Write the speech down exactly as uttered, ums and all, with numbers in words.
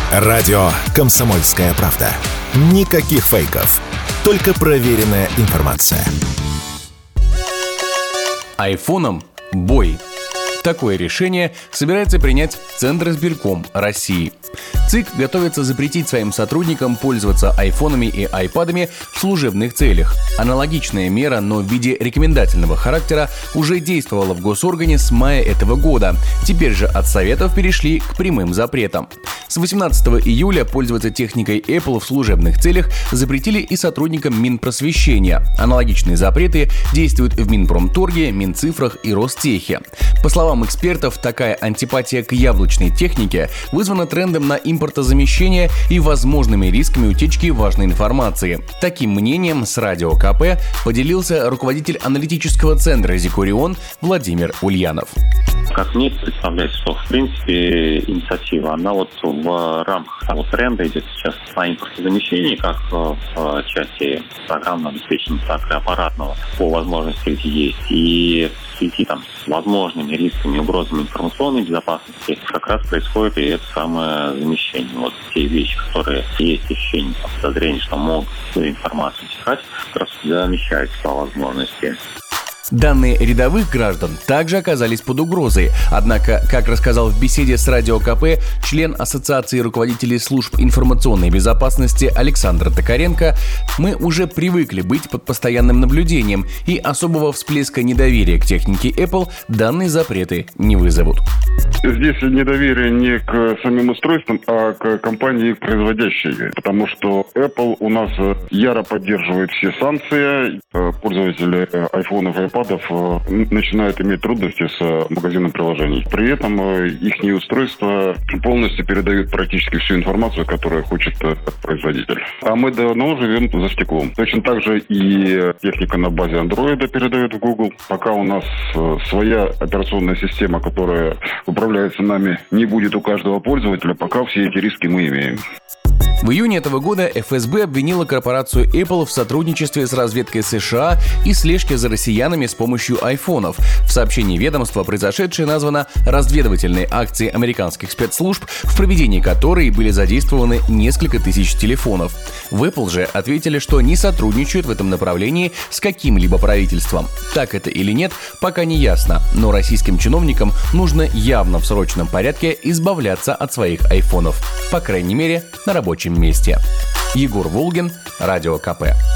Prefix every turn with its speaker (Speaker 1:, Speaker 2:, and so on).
Speaker 1: Радио «Комсомольская правда». Никаких фейков. Только проверенная информация.
Speaker 2: Айфоном бой. Такое решение собирается принять Центризбирком России. ЦИК готовится запретить своим сотрудникам пользоваться айфонами и айпадами в служебных целях. Аналогичная мера, но в виде рекомендательного характера, уже действовала в госоргане с мая этого года. Теперь же от советов перешли к прямым запретам. С восемнадцатого июля пользоваться техникой Apple в служебных целях запретили и сотрудникам Минпросвещения. Аналогичные запреты действуют в Минпромторге, Минцифрах и Ростехе. По словам экспертов, такая антипатия к яблочной технике вызвана трендом на импортозамещение и возможными рисками утечки важной информации. Таким мнением с Радио КП поделился руководитель аналитического центра «Зикурион» Владимир Ульянов.
Speaker 3: Как мне представляется, что, в принципе, инициатива, она вот в рамках того тренда идет сейчас на импортозамещении, как в части программного обеспечения, так и аппаратного, по возможности где есть. И в связи там, с возможными рисками и угрозами информационной безопасности как раз происходит и это самое замещение. Вот те вещи, которые есть ощущение, подозрение, что могут информацию утекать, как раз замещаются по возможности.
Speaker 2: Данные рядовых граждан также оказались под угрозой. Однако, как рассказал в беседе с Радио КП член Ассоциации руководителей служб информационной безопасности Александр Токаренко, мы уже привыкли быть под постоянным наблюдением, и особого всплеска недоверия к технике Apple данные запреты не вызовут.
Speaker 4: Здесь недоверие не к самим устройствам, а к компании производящей. Потому что Apple у нас яро поддерживает все санкции. Пользователи айфонов и айпадов начинают иметь трудности с магазином приложений. При этом их устройства полностью передают практически всю информацию, которую хочет производитель. А мы давно живем за стеклом. Точно так же и техника на базе Android передает в Google. Пока у нас своя операционная система, которая управляется нами, не будет у каждого пользователя, пока все эти риски мы имеем.
Speaker 2: В июне этого года эф эс бэ обвинила корпорацию Apple в сотрудничестве с разведкой США и слежке за россиянами с помощью айфонов. В сообщении ведомства произошедшее названо разведывательной акцией американских спецслужб, в проведении которой были задействованы несколько тысяч телефонов. В Apple же ответили, что не сотрудничают в этом направлении с каким-либо правительством. Так это или нет, пока не ясно, но российским чиновникам нужно явно в срочном порядке избавляться от своих айфонов. По крайней мере, на рабочем месте. Егор Волгин, Радио КП.